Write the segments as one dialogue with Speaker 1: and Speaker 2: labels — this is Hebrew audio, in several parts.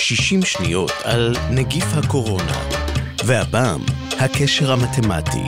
Speaker 1: 60 שניות על נגיף הקורונה. והפעם, הקשר המתמטי.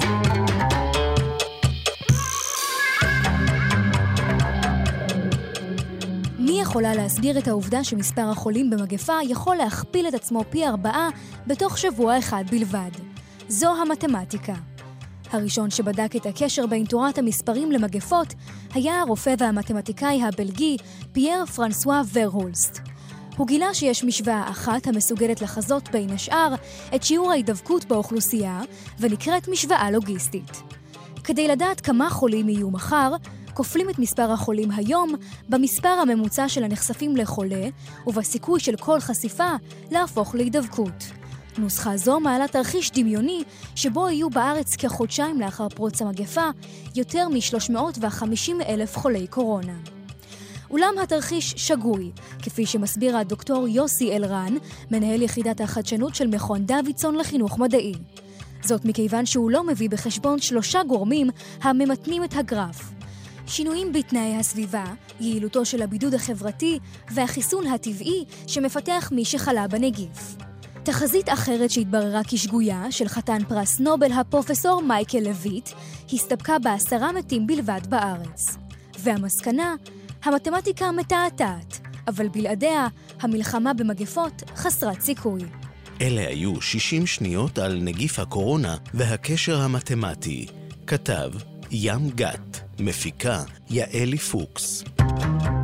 Speaker 2: מי יכולה להסביר את העובדה שמספר החולים במגפה יכול להכפיל את עצמו פי 4 בתוך שבוע אחד בלבד? זו המתמטיקה. הראשון שבדק את הקשר בין תורת המספרים למגפות היה הרופא והמתמטיקאי הבלגי פייר פרנסואה ורהולסט. הוא גילה שיש משוואה אחת המסוגלת לחזות בין השאר את שיעור ההידבקות באוכלוסייה ונקראת משוואה לוגיסטית. כדי לדעת כמה חולים יהיו מחר, כופלים את מספר החולים היום במספר הממוצע של הנחשפים לחולה ובסיכוי של כל חשיפה להפוך להידבקות. נוסחה זו מעלה תרחיש דמיוני שבו יהיו בארץ כחודשיים לאחר פרוץ המגפה יותר מ-350,000 חולי קורונה. אולם התרחיש שגוי, כפי שמסביר הדוקטור יוסי אלרן, מנהל יחידת החדשנות של מכון דוידסון לחינוך מדעי. זאת מכיוון שהוא לא מביא בחשבון 3 גורמים הממתנים את הגרף. שינויים בתנאי הסביבה, יעילותו של הבידוד החברתי והחיסון הטבעי שמפתח מי שחלה בנגיף. תחזית אחרת שהתבררה כשגויה של חתן פרס נובל הפרופסור מייקל לויט הסתפקה ב10 מתים בלבד בארץ. והמסקנה, המתמטיקה מתעתעת, אבל בלעדיה המלחמה במגפות חסרת סיכוי.
Speaker 1: אלה היו 60 שניות על נגיף הקורונה והקשר המתמטי. כתב ים גת, מפיקה יעלי פוקס.